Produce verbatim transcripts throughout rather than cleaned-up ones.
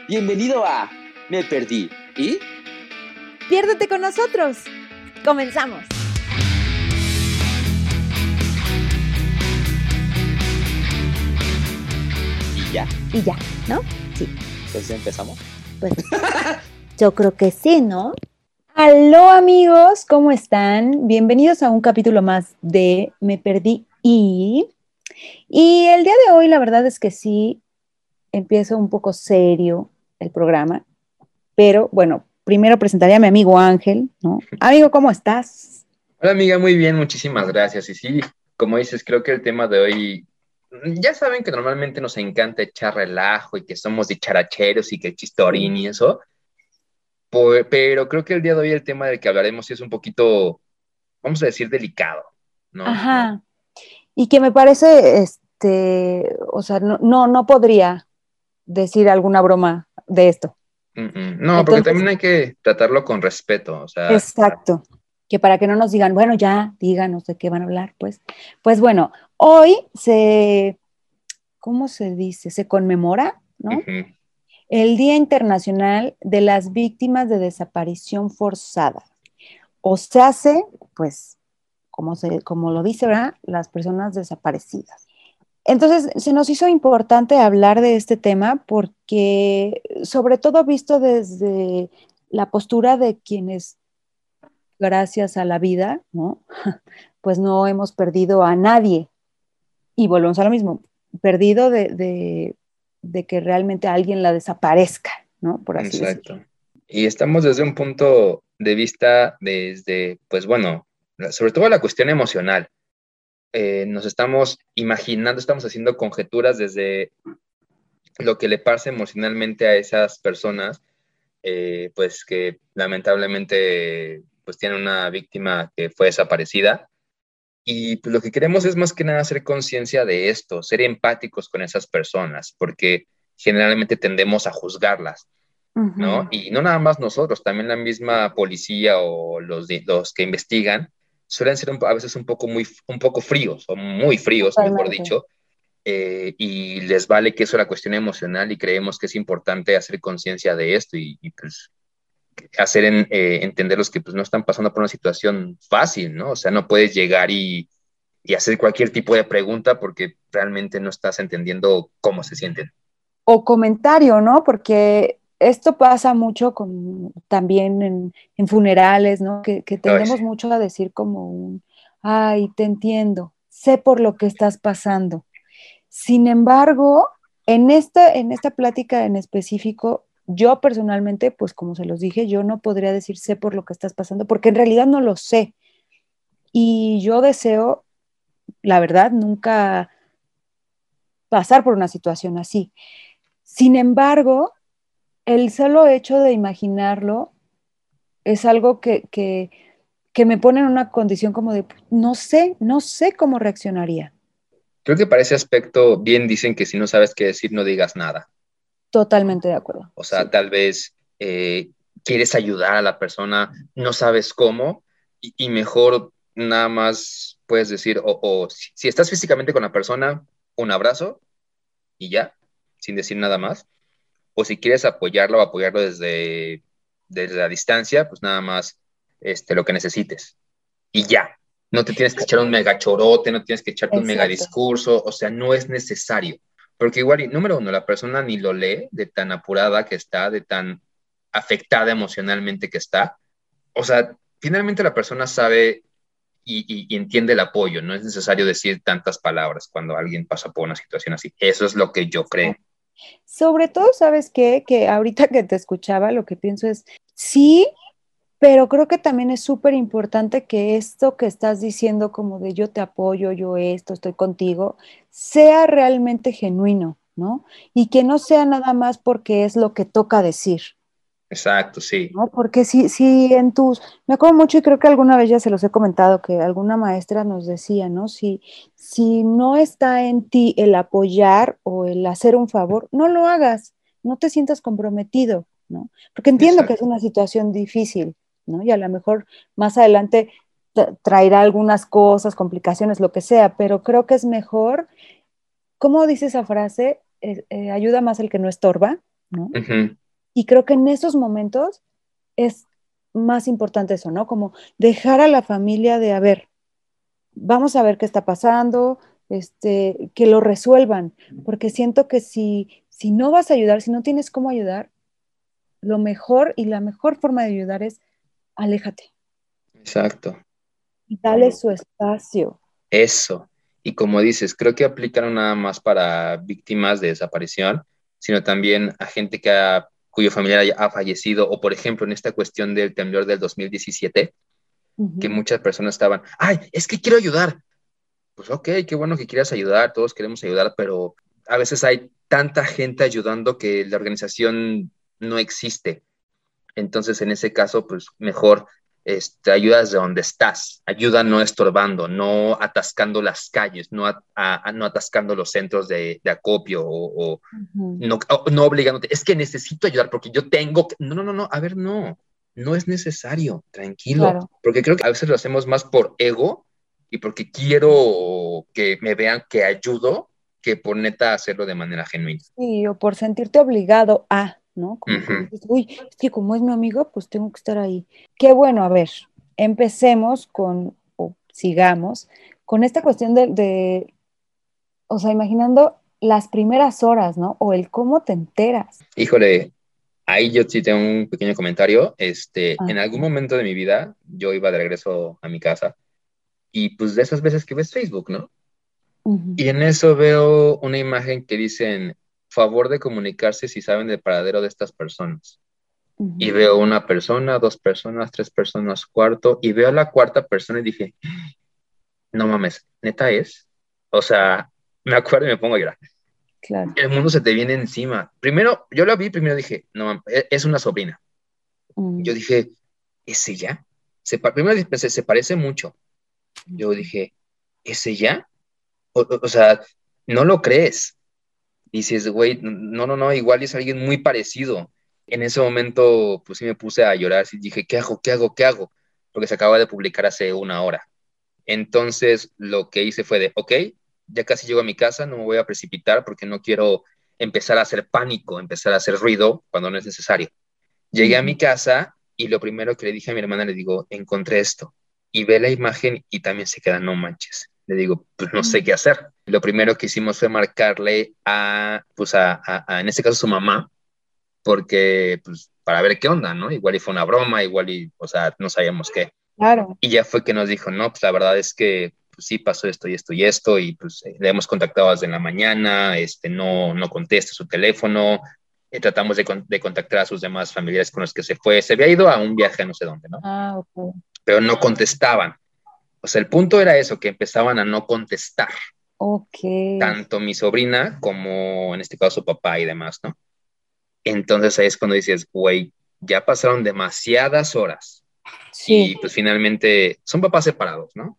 Bienvenido a Me Perdí. ¿Y? Piérdete con nosotros. Comenzamos. ¿Y ya? Y ya, ¿no? Sí. Entonces empezamos. Pues yo creo que sí, ¿no? Aló amigos, ¿cómo están? Bienvenidos a un capítulo más de Me Perdí y... Y el día de hoy la verdad es que sí, empiezo un poco serio el programa, pero bueno, primero presentaré a mi amigo Ángel, ¿no? Amigo, ¿cómo estás? Hola amiga, muy bien, muchísimas gracias. Y sí, como dices, creo que el tema de hoy, ya saben que normalmente nos encanta echar relajo y que somos dicharacheros y que el chistorín y eso, por- pero creo que el día de hoy el tema del que hablaremos sí es un poquito, vamos a decir, delicado, ¿no? Ajá. Y que me parece, este, o sea, no, no, no podría decir alguna broma de esto. Mm, mm. No, porque Entonces, también hay que tratarlo con respeto, o sea, exacto, que para que no nos digan, bueno, ya, díganos de qué van a hablar, pues. Pues bueno, hoy se, ¿cómo se dice? Se conmemora, ¿no? ujú, El Día Internacional de las Víctimas de Desaparición Forzada. O se hace, pues, como, se, como lo dice, ¿verdad? Las personas desaparecidas. Entonces, se nos hizo importante hablar de este tema porque, sobre todo visto desde la postura de quienes, gracias a la vida, ¿no? Pues no hemos perdido a nadie. Y volvemos a lo mismo, perdido de, de, de que realmente alguien la desaparezca, ¿no? Por así decirlo. exacto. Y estamos desde un punto de vista desde, pues bueno, sobre todo la cuestión emocional. Eh, nos estamos imaginando, estamos haciendo conjeturas desde lo que le pasa emocionalmente a esas personas, eh, pues que lamentablemente pues tienen una víctima que fue desaparecida. Y pues, lo que queremos es más que nada hacer conciencia de esto, ser empáticos con esas personas, porque generalmente tendemos a juzgarlas, ¿no? Uh-huh. Y no nada más nosotros, también la misma policía o los, de, los que investigan suelen ser un, a veces un poco, muy, un poco fríos, o muy fríos, mejor Totalmente. dicho, eh, y les vale que eso la cuestión emocional y creemos que es importante hacer conciencia de esto y, y pues hacer en, eh, entenderlos que pues no están pasando por una situación fácil, ¿no? O sea, no puedes llegar y, y hacer cualquier tipo de pregunta porque realmente no estás entendiendo cómo se sienten. O comentario, ¿no? Porque esto pasa mucho con, también en, en funerales, ¿no? Que, que Ay, sí. tendemos mucho a decir como un, ay, te entiendo, sé por lo que estás pasando. Sin embargo, en esta, en esta plática en específico, yo personalmente, pues como se los dije, yo no podría decir sé por lo que estás pasando, porque en realidad no lo sé. Y yo deseo, la verdad, nunca pasar por una situación así. Sin embargo, el solo hecho de imaginarlo es algo que, que, que me pone en una condición como de, no sé, no sé cómo reaccionaría. Creo que para ese aspecto bien dicen que si no sabes qué decir, no digas nada. Totalmente de acuerdo, O sea, sí. tal vez eh, quieres ayudar a la persona, no sabes cómo, y, y mejor nada más puedes decir, o, o si, si estás físicamente con la persona, un abrazo y ya, sin decir nada más. O si quieres apoyarlo, apoyarlo desde, desde la distancia, pues nada más este, lo que necesites. Y ya. No te tienes que echar un mega chorote, no tienes que echarte un mega Exacto. discurso, o sea, no es necesario. Porque igual, y número uno, la persona ni lo lee de tan apurada que está, de tan afectada emocionalmente que está. O sea, finalmente la persona sabe y, y, y entiende el apoyo, no es necesario decir tantas palabras cuando alguien pasa por una situación así. Eso es lo que yo creo. Sobre todo, ¿sabes qué? Que ahorita que te escuchaba, lo que pienso es, sí, pero creo que también es súper importante que esto que estás diciendo como de yo te apoyo, yo esto, estoy contigo, sea realmente genuino, ¿no? Y que no sea nada más porque es lo que toca decir, Exacto, sí. ¿no? Porque si, si en tus, me acuerdo mucho y creo que alguna vez ya se los he comentado, que alguna maestra nos decía, ¿no? Si, si no está en ti el apoyar o el hacer un favor, no lo hagas, no te sientas comprometido, ¿no? Porque entiendo que es Exacto. una situación difícil, ¿no? Y a lo mejor más adelante tra- traerá algunas cosas, complicaciones, lo que sea, pero creo que es mejor, ¿cómo dice esa frase? Eh, eh, ayuda más el que no estorba, ¿no? Uh-huh. Y creo que en esos momentos es más importante eso, ¿no? Como dejar a la familia de, a ver, vamos a ver qué está pasando, este, que lo resuelvan, porque siento que si, si no vas a ayudar, si no tienes cómo ayudar, lo mejor y la mejor forma de ayudar es aléjate Exacto. y dale su espacio. Eso. Y como dices, creo que aplica no nada más para víctimas de desaparición, sino también a gente que ha, cuyo familiar haya- ha fallecido, o por ejemplo, en esta cuestión del temblor del dos mil diecisiete, que Uh-huh. muchas personas estaban, ay, es que quiero ayudar. Pues ok, qué bueno que quieras ayudar, todos queremos ayudar, pero a veces hay tanta gente ayudando que la organización no existe. Entonces, en ese caso, pues mejor este, ayudas de donde estás, ayuda no estorbando, no atascando las calles, no, a, a, no atascando los centros de, de acopio o, o Uh-huh. no, o, no obligándote, es que necesito ayudar porque yo tengo que... No, no, no, no, a ver, no, no es necesario, tranquilo, Claro. porque creo que a veces lo hacemos más por ego y porque quiero que me vean que ayudo que por neta hacerlo de manera genuina. Sí, o por sentirte obligado a, ¿no? Como que Uh-huh. dices, uy, es que como es mi amigo, pues tengo que estar ahí. Qué bueno, a ver, empecemos con, o sigamos, con esta cuestión de, de, o sea, imaginando las primeras horas, ¿no? O el cómo te enteras. Híjole, ahí yo sí tengo un pequeño comentario. Este, en algún Ajá. momento de mi vida, yo iba de regreso a mi casa y pues de esas veces que ves Facebook, ¿no? Uh-huh. Y en eso veo una imagen que dicen, favor de comunicarse si saben del paradero de estas personas. Y Uh-huh. veo una persona, dos personas, tres personas, cuarto, y veo a la cuarta persona y dije, no mames, ¿neta es? O sea, me acuerdo y me pongo a llorar. Claro. El mundo se te viene encima. Primero, yo la vi, primero dije, no mames, es una sobrina. Uh-huh. Yo dije, ¿es ella? Se, primero pensé, se parece mucho. Yo dije, ¿es ella? O, o, o sea, no lo crees. Dices, güey, no, no, no, igual es alguien muy parecido. En ese momento, pues sí me puse a llorar, y dije, ¿qué hago, qué hago, qué hago? Porque se acaba de publicar hace una hora. Entonces, lo que hice fue de, ok, ya casi llego a mi casa, no me voy a precipitar porque no quiero empezar a hacer pánico, empezar a hacer ruido cuando no es necesario. Llegué a Uh-huh. mi casa y lo primero que le dije a mi hermana, le digo, encontré esto. Y ve la imagen y también se queda, no manches. Le digo, pues no sé qué hacer. Lo primero que hicimos fue marcarle a, pues a, a, a en este caso, su mamá, porque, pues, para ver qué onda, ¿no? Igual y fue una broma, igual y, o sea, no sabíamos qué. Claro. Y ya fue que nos dijo, no, pues la verdad es que pues, sí pasó esto y esto y esto, y pues eh, le hemos contactado desde la mañana, este, no, no contesta su teléfono, eh, tratamos de, con, de contactar a sus demás familiares con los que se fue, se había ido a un viaje a no sé dónde, ¿no? Ah, ok. Pero no contestaban. O sea, el punto era eso, que empezaban a no contestar, Ok. tanto mi sobrina como en este caso su papá y demás, ¿no? Entonces ahí es cuando dices, güey, ya pasaron demasiadas horas y Sí. pues finalmente son papás separados, ¿no?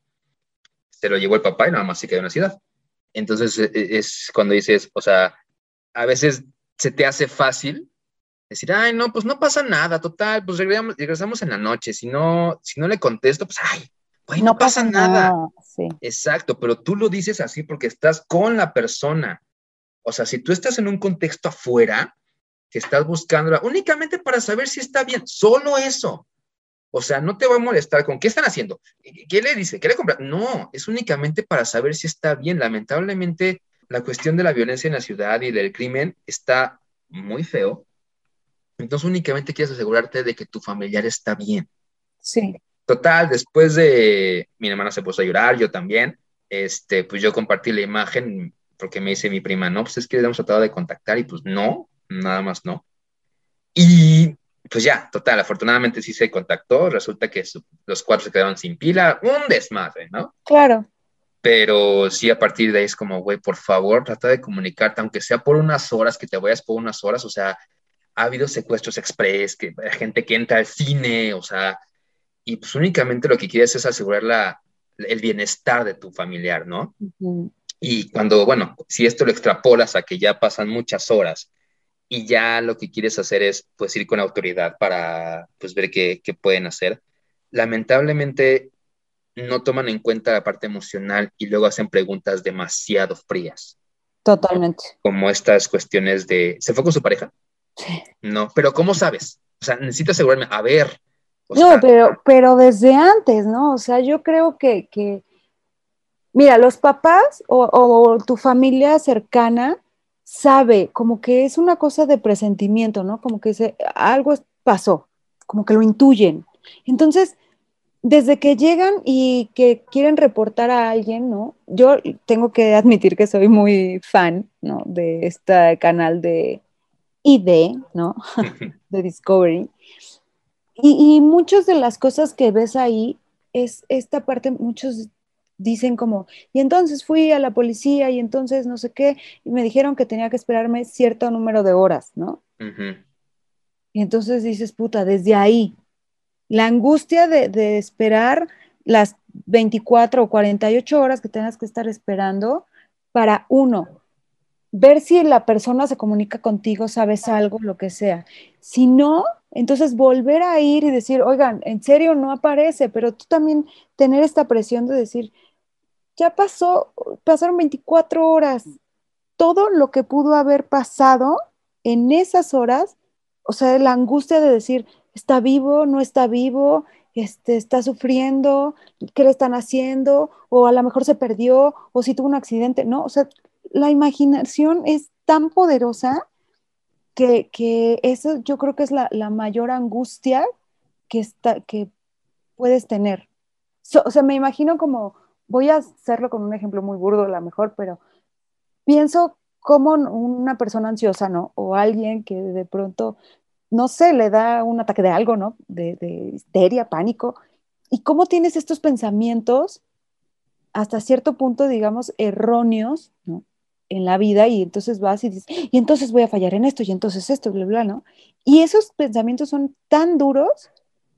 Se lo llevó el papá y nada más se quedó en la ciudad. Entonces es cuando dices, o sea, a veces se te hace fácil decir, ay, no, pues no pasa nada, total, pues regresamos, regresamos en la noche, si no, si no le contesto, pues, ay, güey, no No pasa pasa nada. nada. Sí. Exacto, pero tú lo dices así porque estás con la persona. O sea, si tú estás en un contexto afuera, que estás buscándola únicamente para saber si está bien, solo eso. O sea, no te va a molestar con qué están haciendo, qué le dice, qué le compra. No, es únicamente para saber si está bien. Lamentablemente, la cuestión de la violencia en la ciudad y del crimen está muy feo. Entonces, únicamente quieres asegurarte de que tu familiar está bien. Sí. Total, después de mi hermana se puso a llorar, yo también. Este, pues yo compartí la imagen porque me dice mi prima, no, pues es que le hemos tratado de contactar y pues no, nada más no. Y pues ya, total, afortunadamente sí se contactó, resulta que su, los cuatro se quedaron sin pila, un desmadre, ¿no? Claro. Pero sí, a partir de ahí es como, güey, por favor, trata de comunicarte, aunque sea por unas horas, que te vayas por unas horas, o sea, ha habido secuestros express, que gente que entra al cine, o sea, y pues únicamente lo que quieres es asegurar la, el bienestar de tu familiar, ¿no? Uh-huh. Y cuando, bueno, si esto lo extrapolas a que ya pasan muchas horas, y ya lo que quieres hacer es pues ir con autoridad para pues ver qué, qué pueden hacer. Lamentablemente no toman en cuenta la parte emocional y luego hacen preguntas demasiado frías, Totalmente. como estas cuestiones de, ¿se fue con su pareja? Sí. No, pero ¿cómo sabes? O sea, necesito asegurarme, a ver, o No, sea, pero, pero desde antes, ¿no? O sea, yo creo que, que mira, los papás o, o tu familia cercana sabe, como que es una cosa de presentimiento, ¿no? Como que se, algo pasó, como que lo intuyen. Entonces, desde que llegan y que quieren reportar a alguien, ¿no? Yo tengo que admitir que soy muy fan, ¿no? De este canal de I D, ¿no? De Discovery. Y, y muchas de las cosas que ves ahí es esta parte, muchos dicen como, y entonces fui a la policía y entonces no sé qué, y me dijeron que tenía que esperarme cierto número de horas, ¿no? ujú, Y entonces dices, puta, desde ahí, la angustia de, de esperar las veinticuatro o cuarenta y ocho horas que tengas que estar esperando para uno, ver si la persona se comunica contigo, sabes algo, lo que sea. Si no, entonces volver a ir y decir, oigan, en serio no aparece, pero tú también tener esta presión de decir, ya pasó, pasaron veinticuatro horas, todo lo que pudo haber pasado en esas horas, o sea, la angustia de decir, está vivo, no está vivo, este, está sufriendo, qué le están haciendo, o a lo mejor se perdió, o si tuvo un accidente, ¿no? O sea, la imaginación es tan poderosa que, que eso yo creo que es la, la mayor angustia que, está, que puedes tener. So, o sea, me imagino como, voy a hacerlo con un ejemplo muy burdo a lo mejor, pero pienso como una persona ansiosa, ¿no? O alguien que de pronto, no sé, le da un ataque de algo, ¿no? De, de histeria, pánico. ¿Y cómo tienes estos pensamientos hasta cierto punto, digamos, erróneos, ¿no? En la vida y entonces vas y dices, y entonces voy a fallar en esto y entonces esto, bla, bla, ¿no? Y esos pensamientos son tan duros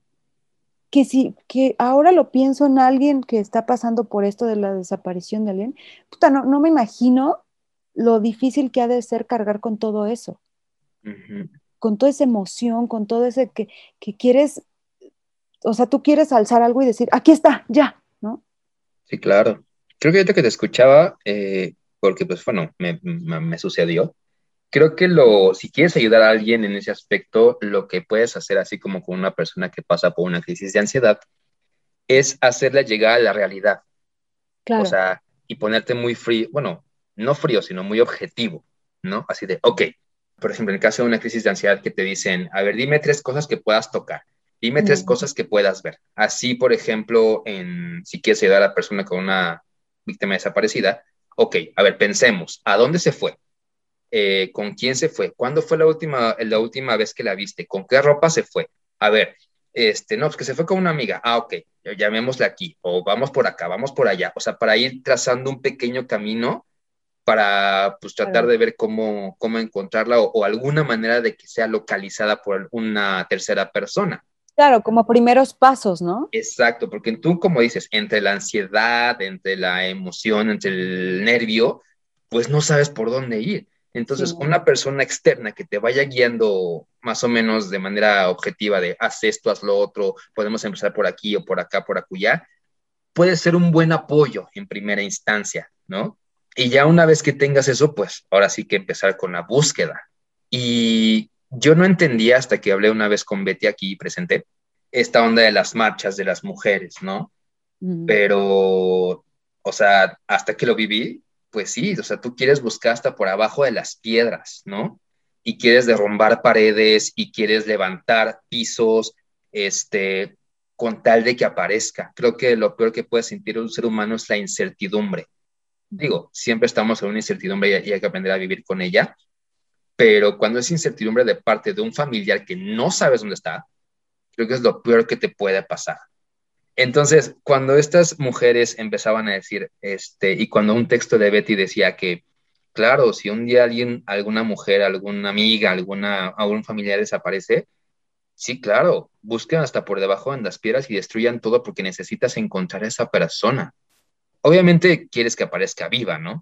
que si que ahora lo pienso en alguien que está pasando por esto de la desaparición de alguien, puta, no, no me imagino lo difícil que ha de ser cargar con todo eso, ujú. con toda esa emoción, con todo ese que, que quieres, o sea, tú quieres alzar algo y decir, aquí está, ya, ¿no? Sí, claro. Creo que ahorita que te escuchaba, eh, porque pues bueno, me, me, me sucedió. Creo que lo, si quieres ayudar a alguien en ese aspecto, lo que puedes hacer, así como con una persona que pasa por una crisis de ansiedad, es hacerla llegar a la realidad. O Claro, sea, y ponerte muy frío, bueno, no frío, sino muy objetivo, ¿no? Así de, ok, por ejemplo, en el caso de una crisis de ansiedad que te dicen, a ver, dime tres cosas que puedas tocar, dime tres mm, cosas que puedas ver. Así, por ejemplo, en, si quieres ayudar a la persona con una víctima desaparecida, ok, a ver, pensemos, ¿a dónde se fue? Eh, ¿con quién se fue? ¿Cuándo fue la última, la última vez que la viste? ¿Con qué ropa se fue? A ver, este, no, pues que se fue con una amiga. Ah, ok, llamémosla aquí, o vamos por acá, vamos por allá. O sea, para ir trazando un pequeño camino para pues tratar claro. de ver cómo, cómo encontrarla o, o alguna manera de que sea localizada por una tercera persona. Claro, como primeros pasos, ¿no? Exacto, porque tú, como dices, entre la ansiedad, entre la emoción, entre el nervio, pues no sabes por dónde ir. Sí, Entonces, no. una persona externa que te vaya guiando más o menos de manera objetiva de haz esto, haz lo otro, podemos empezar por aquí o por acá, por acullá, puede ser un buen apoyo en primera instancia, ¿no? Y ya una vez que tengas eso, pues ahora sí que empezar con la búsqueda. Y yo no entendía hasta que hablé una vez con Betty aquí presente esta onda de las marchas de las mujeres, ¿no? Mm. Pero, o sea, hasta que lo viví, pues sí, o sea, tú quieres buscar hasta por abajo de las piedras, ¿no? Y quieres derrumbar paredes y quieres levantar pisos, este, con tal de que aparezca. Creo que lo peor que puede sentir un ser humano es la incertidumbre. Digo, siempre estamos en una incertidumbre y hay que aprender a vivir con ella, pero cuando es incertidumbre de parte de un familiar que no sabes dónde está, creo que es lo peor que te puede pasar. Entonces, cuando estas mujeres empezaban a decir, este, y cuando un texto de Betty decía que, claro, si un día alguien, alguna mujer, alguna amiga, alguna, algún familiar desaparece, sí, claro, busquen hasta por debajo de las piedras y destruyan todo porque necesitas encontrar a esa persona. Obviamente quieres que aparezca viva, ¿no?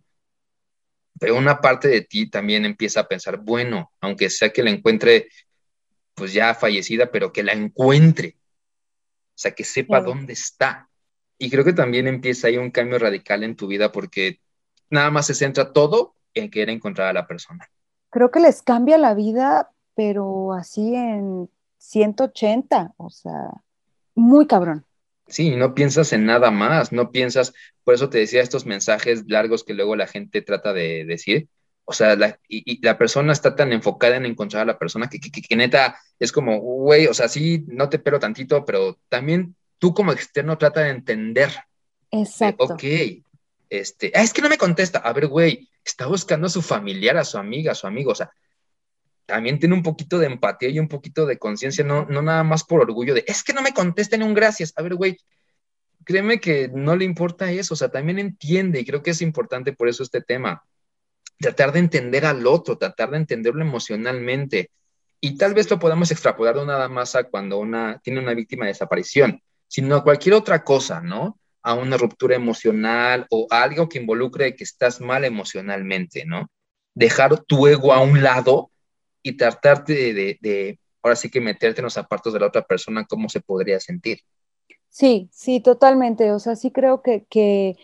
Pero una parte de ti también empieza a pensar, bueno, aunque sea que la encuentre, pues ya fallecida, pero que la encuentre, o sea, que sepa Claro. dónde está. Y creo que también empieza ahí un cambio radical en tu vida porque nada más se centra todo en querer encontrar a la persona. Creo que les cambia la vida pero así en ciento ochenta, o sea, muy cabrón. Sí, no piensas en nada más, no piensas, por eso te decía estos mensajes largos que luego la gente trata de decir, o sea, la, y, y la persona está tan enfocada en encontrar a la persona que, que, que- que neta es como, güey, o sea, sí, no te pero tantito, pero también tú como externo trata de entender, de, Exacto, ok, este, ah, es que no me contesta, a ver, güey, está buscando a su familiar, a su amiga, a su amigo, o sea, también tiene un poquito de empatía y un poquito de conciencia, no, no nada más por orgullo de, es que no me contesta ni un gracias, a ver, güey, créeme que no le importa eso, o sea, también entiende, y creo que es importante por eso este tema, tratar de entender al otro, tratar de entenderlo emocionalmente, y tal vez lo podamos extrapolar no nada más a cuando una tiene una víctima de desaparición, sino a cualquier otra cosa, ¿no? A una ruptura emocional o a algo que involucre que estás mal emocionalmente, ¿no? Dejar tu ego a un lado y tratarte de, de, de ahora sí que meterte en los zapatos de la otra persona, cómo se podría sentir. sí, sí, totalmente, o sea, sí creo que, que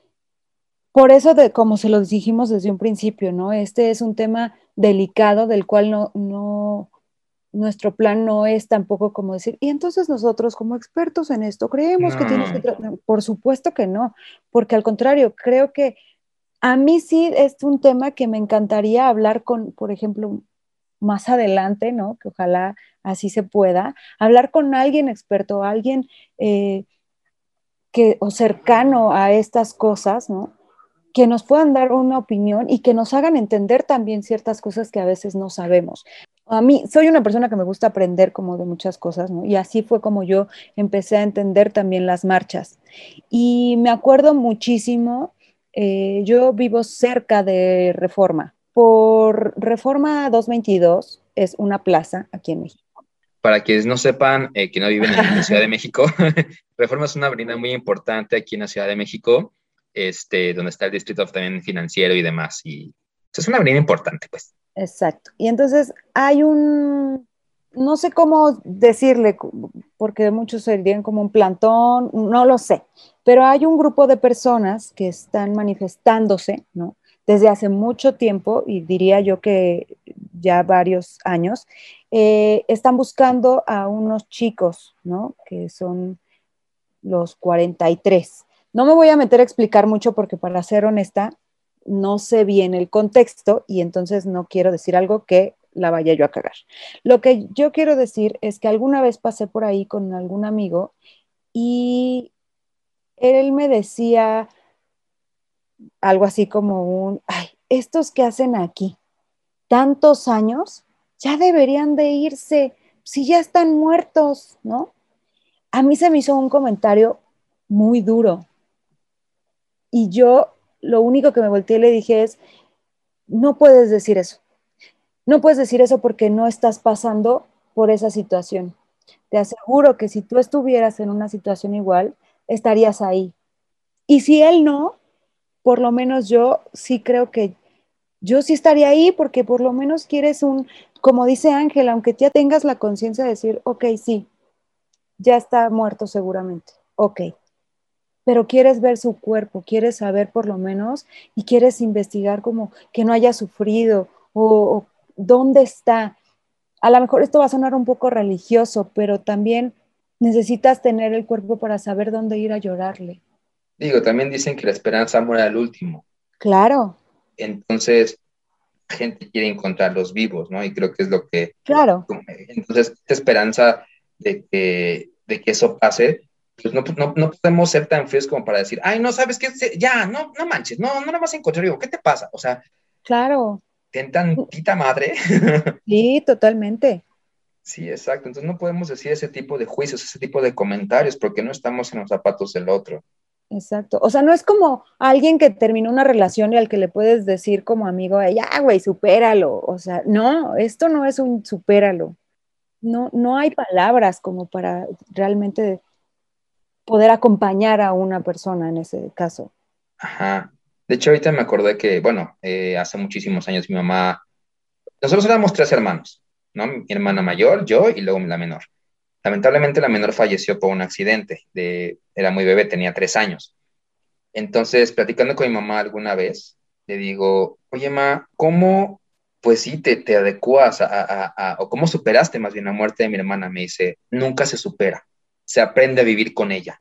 por eso, de, como se los dijimos desde un principio, ¿no? Este es un tema delicado del cual no, no, nuestro plan no es tampoco como decir, y entonces nosotros como expertos en esto creemos que tienes que No, tratar, por supuesto que no, porque al contrario, creo que a mí sí es un tema que me encantaría hablar con, por ejemplo, más adelante, ¿no? Que ojalá así se pueda, hablar con alguien experto, alguien eh, que, o cercano a estas cosas, ¿no? Que nos puedan dar una opinión y que nos hagan entender también ciertas cosas que a veces no sabemos. A mí, soy una persona que me gusta aprender como de muchas cosas, ¿no? Y así fue como yo empecé a entender también las marchas. Y me acuerdo muchísimo, eh, yo vivo cerca de Reforma. Por Reforma doscientos veintidós es una plaza aquí en México. para quienes no sepan, eh, que no viven en la Ciudad de México, Reforma es una avenida muy importante aquí en la Ciudad de México, este, donde está el distrito también financiero y demás. Y pues, es una avenida importante, pues. Exacto. Y entonces hay un, no sé cómo decirle, porque muchos serían como un plantón, no lo sé, pero hay un grupo de personas que están manifestándose, ¿no? Desde hace mucho tiempo, y diría yo que ya varios años, eh, están buscando a unos chicos, ¿no? Que son los cuarenta y tres. No me voy a meter a explicar mucho porque para ser honesta, no sé bien el contexto y entonces no quiero decir algo que la vaya yo a cagar. Lo que yo quiero decir es que alguna vez pasé por ahí con algún amigo y él me decía algo así como un, ay, estos que hacen aquí tantos años ya deberían de irse, si ya están muertos, ¿no? A mí se me hizo un comentario muy duro. Y yo lo único que me volteé y le dije es, no puedes decir eso. No puedes decir eso porque no estás pasando por esa situación. Te aseguro que si tú estuvieras en una situación igual, estarías ahí. Y si él no, por lo menos yo sí creo que yo sí estaría ahí porque por lo menos quieres un, como dice Ángel, aunque ya tengas la conciencia de decir, ok, sí, ya está muerto seguramente, ok, pero quieres ver su cuerpo, quieres saber por lo menos y quieres investigar como que no haya sufrido o, o dónde está. A lo mejor esto va a sonar un poco religioso, pero también necesitas tener el cuerpo para saber dónde ir a llorarle. Digo, también dicen que la esperanza muere al último. Claro, Entonces, la gente quiere encontrar los vivos, ¿no? Y creo que es lo que... claro, Entonces, esta esperanza de que, de que eso pase, pues no, no, no podemos ser tan fríos como para decir, ay, no, ¿sabes qué? Ya, no, no manches, no, no lo vas a encontrar. Digo, ¿qué te pasa? O sea, claro. ten tantita madre. Sí, totalmente. Sí, exacto. Entonces no podemos decir ese tipo de juicios, ese tipo de comentarios, porque no estamos en los zapatos del otro. Exacto. O sea, no es como alguien que terminó una relación y al que le puedes decir como amigo, ya, güey, supéralo. O sea, no, esto no es un supéralo. No, no hay palabras como para realmente poder acompañar a una persona en ese caso. Ajá. De hecho, ahorita me acordé que, bueno, eh, hace muchísimos años mi mamá, nosotros éramos tres hermanos, ¿no? Mi hermana mayor, yo y luego la menor. Lamentablemente la menor falleció por un accidente, de, era muy bebé, tenía tres años. Entonces, platicando con mi mamá alguna vez, le digo, oye, ma, ¿cómo pues sí, te, te adecuas a, a, a, o cómo superaste más bien la muerte de mi hermana. Me dice, nunca se supera, se aprende a vivir con ella.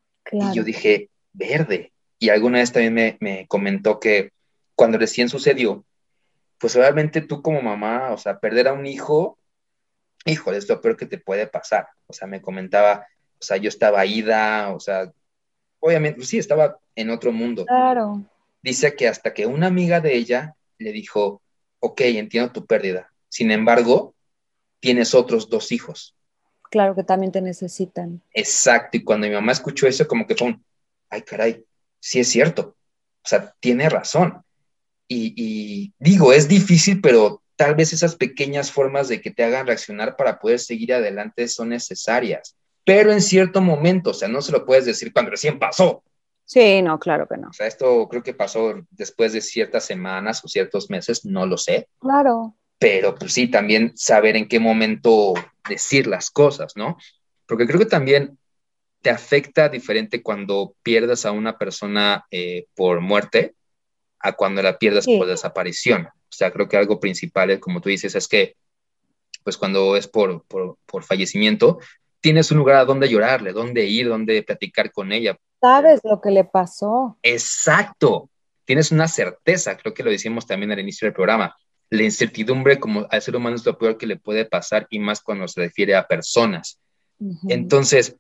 Y yo Claro, dije, verde. Y alguna vez también me, me comentó que cuando recién sucedió, pues obviamente tú como mamá, o sea, perder a un hijo, híjole, es lo peor que te puede pasar. O sea, me comentaba, o sea, yo estaba ida, o sea, obviamente, pues sí, estaba en otro mundo. claro, Dice que hasta que una amiga de ella le dijo, ok, entiendo tu pérdida. Sin embargo, tienes otros dos hijos. claro que también te necesitan. Exacto. Y cuando mi mamá escuchó eso, como que fue un, ay, caray, sí es cierto. O sea, tiene razón. Y, y digo, es difícil, pero tal vez esas pequeñas formas de que te hagan reaccionar para poder seguir adelante son necesarias. Pero en cierto momento, o sea, no se lo puedes decir cuando recién pasó. Sí, no, claro que O no. sea, esto creo que pasó después de ciertas semanas o ciertos meses, no lo sé. Claro, Pero pues sí, también saber en qué momento decir las cosas, ¿no? Porque creo que también te afecta diferente cuando pierdas a una persona eh, por muerte a cuando la pierdas por sí, desaparición. O sea, creo que algo principal, como tú dices, es que pues cuando es por, por, por fallecimiento, tienes un lugar a donde llorarle, donde ir, donde platicar con ella. sabes lo que le pasó. Exacto, tienes una certeza, creo que lo decíamos también al inicio del programa. La incertidumbre como al ser humano es lo peor que le puede pasar y más cuando se refiere a personas. Ujú. Entonces,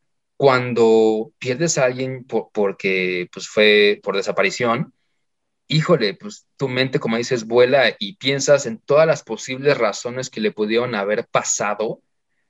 cuando pierdes a alguien por, porque pues, fue por desaparición, híjole, pues tu mente, como dices, vuela y piensas en todas las posibles razones que le pudieron haber pasado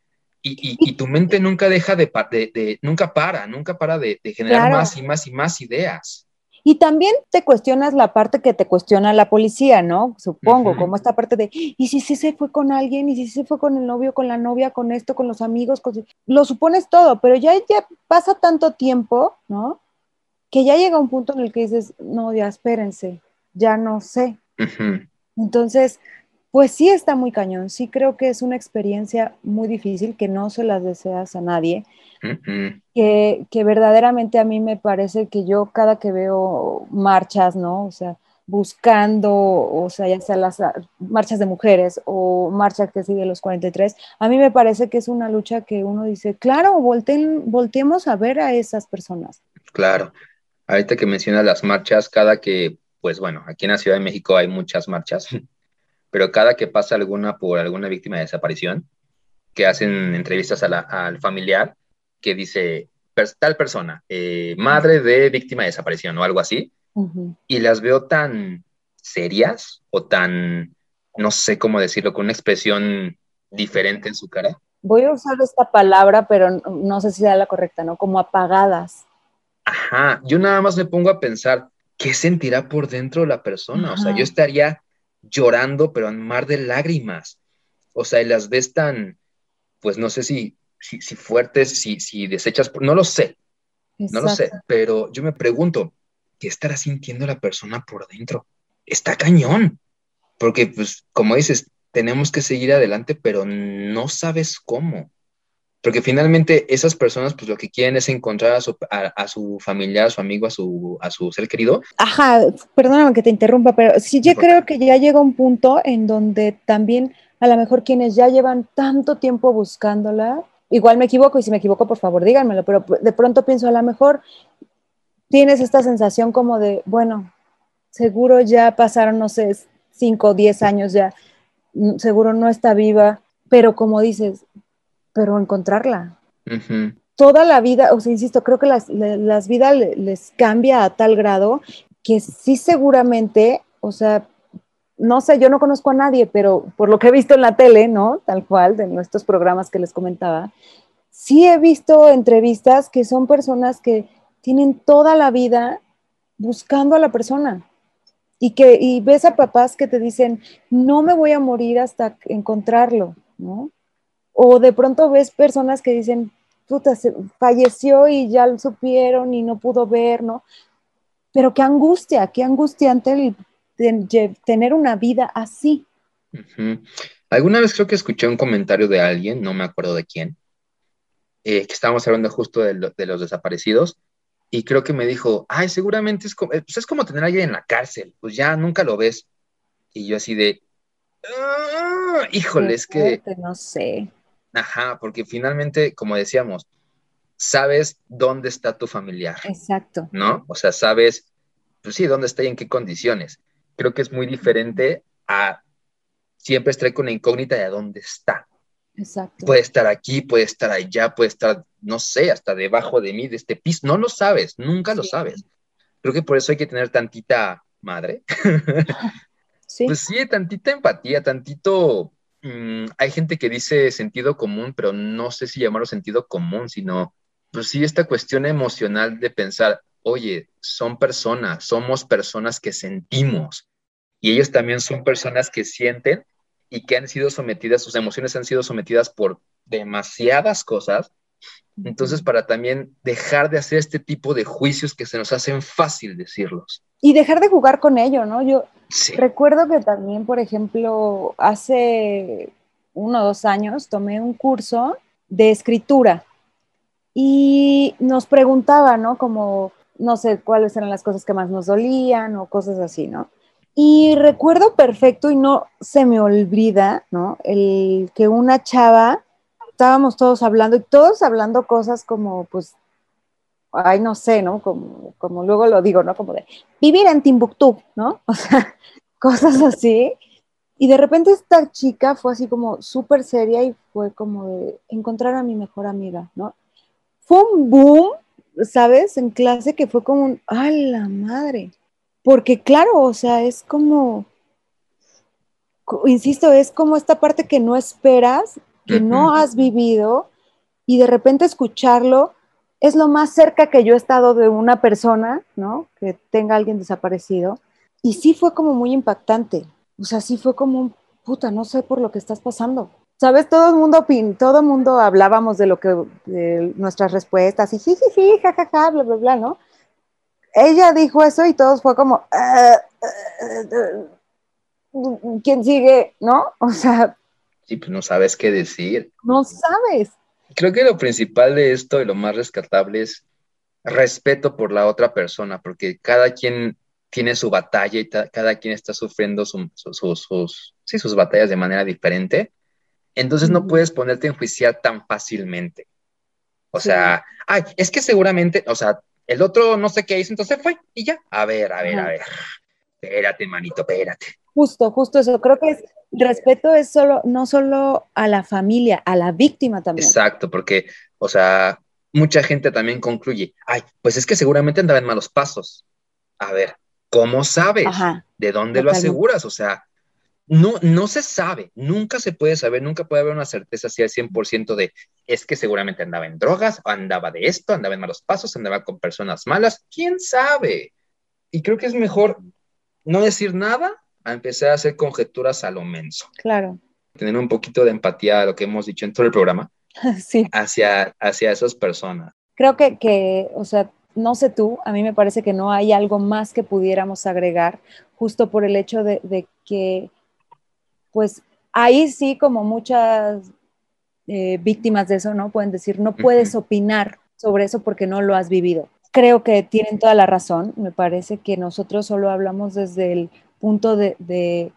y, y, Y y tu mente nunca deja de, de, de nunca para, nunca para de, de generar claro, más y más y más ideas. y también te cuestionas la parte que te cuestiona la policía, ¿no? Supongo, Ujú. como esta parte de, ¿y si sí se fue con alguien? ¿Y si sí se fue con el novio, con la novia, con esto, con los amigos? Con... Lo supones todo, pero ya, ya pasa tanto tiempo, ¿no? Que ya llega un punto en el que dices, no, ya espérense, ya no sé. Ujú. Entonces, pues sí está muy cañón, sí creo que es una experiencia muy difícil que no se las deseas a nadie, Ujú. que, que verdaderamente a mí me parece que yo cada que veo marchas, ¿no? O sea, buscando, o sea, ya sea las ah, marchas de mujeres o marchas que sigue los cuarenta y tres, a mí me parece que es una lucha que uno dice, claro, volteen, volteemos a ver a esas personas. Claro, ahorita que mencionas las marchas, cada que, pues bueno, aquí en la Ciudad de México hay muchas marchas, pero cada que pasa alguna por alguna víctima de desaparición, que hacen entrevistas a la- al familiar que dice "Pers- tal persona, eh, madre de víctima de desaparición o algo así, Ujú. y las veo tan serias o tan, no sé cómo decirlo, con una expresión diferente en su cara. Voy a usar esta palabra, pero no, no sé si sea la correcta, ¿no? Como apagadas. Ajá, yo nada más me pongo a pensar, ¿qué sentirá por dentro la persona? O sea, yo Ajá, estaría llorando, pero en mar de lágrimas. O sea, y las ves tan, pues no sé si, si, si fuertes, si, si desechas, no lo sé, no lo sé, exacto. pero yo me pregunto, ¿qué estará sintiendo la persona por dentro? Está cañón, porque pues como dices, tenemos que seguir adelante, pero no sabes cómo. Porque finalmente esas personas pues lo que quieren es encontrar a su, a, a su familiar, a su amigo, a su, a su ser querido. Ajá, perdóname que te interrumpa, pero sí, No yo importa. creo que ya llega un punto en donde también a lo mejor quienes ya llevan tanto tiempo buscándola, igual me equivoco y si me equivoco, por favor, díganmelo, pero de pronto pienso, a lo mejor tienes esta sensación como de, bueno, seguro ya pasaron, no sé, cinco o diez años ya, mm, seguro no está viva, pero como dices, pero encontrarla. Ujú. Toda la vida, o sea, insisto, creo que las, las vidas les cambia a tal grado que sí seguramente, o sea, no sé, yo no conozco a nadie, pero por lo que he visto en la tele, ¿no? Tal cual, de nuestros programas que les comentaba, sí he visto entrevistas que son personas que tienen toda la vida buscando a la persona y que y ves a papás que te dicen, no me voy a morir hasta encontrarlo, ¿no? O de pronto ves personas que dicen, puta, se falleció y ya lo supieron y no pudo ver, ¿no? Pero qué angustia, qué angustiante el ten- tener una vida así. Ujú. Alguna vez creo que escuché un comentario de alguien, no me acuerdo de quién, eh, que estábamos hablando justo de, lo- de los desaparecidos, y creo que me dijo, ay, seguramente es como, eh, pues es como tener a alguien en la cárcel, pues ya nunca lo ves. Y yo así de, Ah, híjole, es que, Fuerte, no sé. ajá, porque finalmente, como decíamos, sabes dónde está tu familiar, Exacto, ¿no? O sea, sabes, pues sí, dónde está y en qué condiciones. Creo que es muy diferente a siempre estar con la incógnita de a dónde está. exacto. Puede estar aquí, puede estar allá, puede estar, no sé, hasta debajo de mí, de este piso. No lo sabes, nunca lo Sí, sabes. Creo que por eso hay que tener tantita madre. sí, Pues sí, tantita empatía, tantito... mm, hay gente que dice sentido común, pero no sé si llamarlo sentido común, sino, pues sí, esta cuestión emocional de pensar, oye, son personas, somos personas que sentimos, y ellos también son personas que sienten y que han sido sometidas, sus emociones han sido sometidas por demasiadas cosas. Entonces, ujú. para también dejar de hacer este tipo de juicios que se nos hacen fácil decirlos. Y dejar de jugar con ello, ¿no? Yo Sí. recuerdo que también, por ejemplo, hace uno o dos años tomé un curso de escritura y nos preguntaba, ¿no? Como, no sé cuáles eran las cosas que más nos dolían o cosas así, ¿no? Y recuerdo perfecto y no se me olvida, ¿no? El que una chava, estábamos todos hablando y todos hablando cosas como, pues, ay, no sé, ¿no? Como, como luego lo digo, ¿no? Como de vivir en Timbuktu, ¿no? O sea, cosas así. Y de repente esta chica fue así como súper seria y fue como de encontrar a mi mejor amiga, ¿no? Fue un boom, ¿sabes? En clase que fue como un, ¡a la madre! Porque claro, o sea, es como, insisto, es como esta parte que no esperas, que no Ujú. has vivido y de repente escucharlo es lo más cerca que yo he estado de una persona, ¿no? Que tenga a alguien desaparecido. Y sí fue como muy impactante. O sea, sí fue como un, puta, no sé por lo que estás pasando. ¿Sabes? Todo el mundo, todo el mundo hablábamos de lo que, de nuestras respuestas y sí, sí, sí, jajaja, ja, ja, bla, bla, bla, ¿no? Ella dijo eso y todos fue como, uh, uh, uh, ¿quién sigue? ¿No? O sea, Sí, pues no sabes qué decir. no sabes. Creo que lo principal de esto y lo más rescatable es respeto por la otra persona, porque cada quien tiene su batalla y ta- cada quien está sufriendo su- su- su- sus, sí, sus batallas de manera diferente. Entonces no Uh-huh. puedes ponerte a enjuiciar tan fácilmente. O Sí. sea, ay, es que seguramente, o sea, el otro no sé qué hizo, entonces fue y ya. A ver, a ver, a Ajá. ver. Espérate, manito, espérate. Justo, justo eso. Creo que es, respeto es solo, no solo a la familia, a la víctima también. Exacto, porque, o sea, mucha gente también concluye, ay, pues es que seguramente andaba en malos pasos. A ver, ¿cómo sabes? Ajá, ¿De dónde lo totalmente. aseguras? O sea, no, no se sabe, nunca se puede saber, nunca puede haber una certeza así al cien por ciento de, es que seguramente andaba en drogas, o andaba de esto, andaba en malos pasos, andaba con personas malas, ¿quién sabe? Y creo que es mejor no decir nada a empezar a hacer conjeturas a lo menso. Claro, Tener un poquito de empatía a lo que hemos dicho en todo el programa sí. hacia, hacia esas personas. Creo que, que, o sea, no sé tú, a mí me parece que no hay algo más que pudiéramos agregar, justo por el hecho de, de que, pues, ahí sí, como muchas eh, víctimas de eso, ¿no? Pueden decir, no Ujú. puedes opinar sobre eso porque no lo has vivido. Creo que tienen toda la razón. Me parece que nosotros solo hablamos desde el punto de, de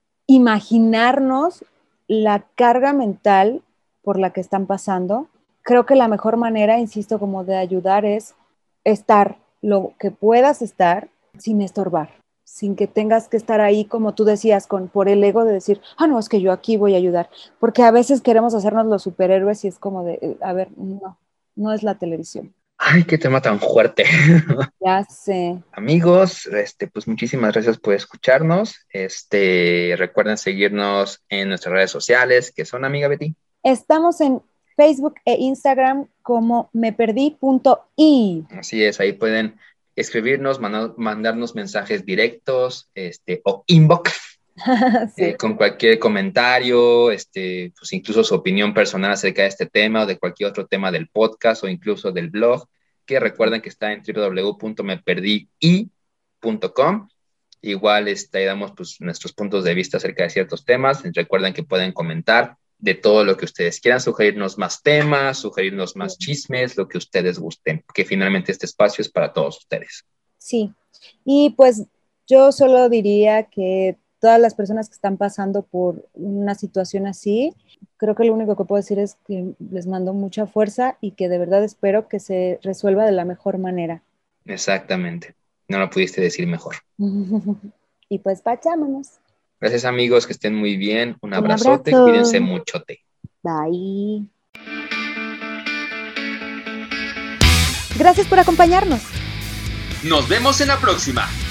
imaginarnos la carga mental por la que están pasando. Creo que la mejor manera, insisto, como de ayudar es estar lo que puedas estar sin estorbar, sin que tengas que estar ahí, como tú decías, con, por el ego de decir, ah, no, es que yo aquí voy a ayudar, porque a veces queremos hacernos los superhéroes y es como de, a ver, no, no es la televisión. Ay, qué tema tan fuerte. Ya sé. Amigos, este, pues muchísimas gracias por escucharnos. Este, recuerden seguirnos en nuestras redes sociales, que son amiga Betty. Estamos en Facebook e Instagram como meperdí.i. Así es, ahí pueden escribirnos, manda- mandarnos mensajes directos, este, o inbox, Sí, eh, con cualquier comentario, este, pues incluso su opinión personal acerca de este tema o de cualquier otro tema del podcast o incluso del blog, que recuerden que está en w w w punto me perdí i punto com. Igual este, ahí damos pues, nuestros puntos de vista acerca de ciertos temas. Recuerden que pueden comentar de todo lo que ustedes quieran, sugerirnos más temas, sugerirnos más chismes, lo que ustedes gusten, que finalmente este espacio es para todos ustedes. sí. Y pues yo solo diría que todas las personas que están pasando por una situación así, creo que lo único que puedo decir es que les mando mucha fuerza y que de verdad espero que se resuelva de la mejor manera. Exactamente. No lo pudiste decir mejor. Y pues pachámonos. Gracias, amigos, que estén muy bien. Un Un abrazote, abrazo. cuídense muchote. Bye. Gracias por acompañarnos. Nos vemos en la próxima.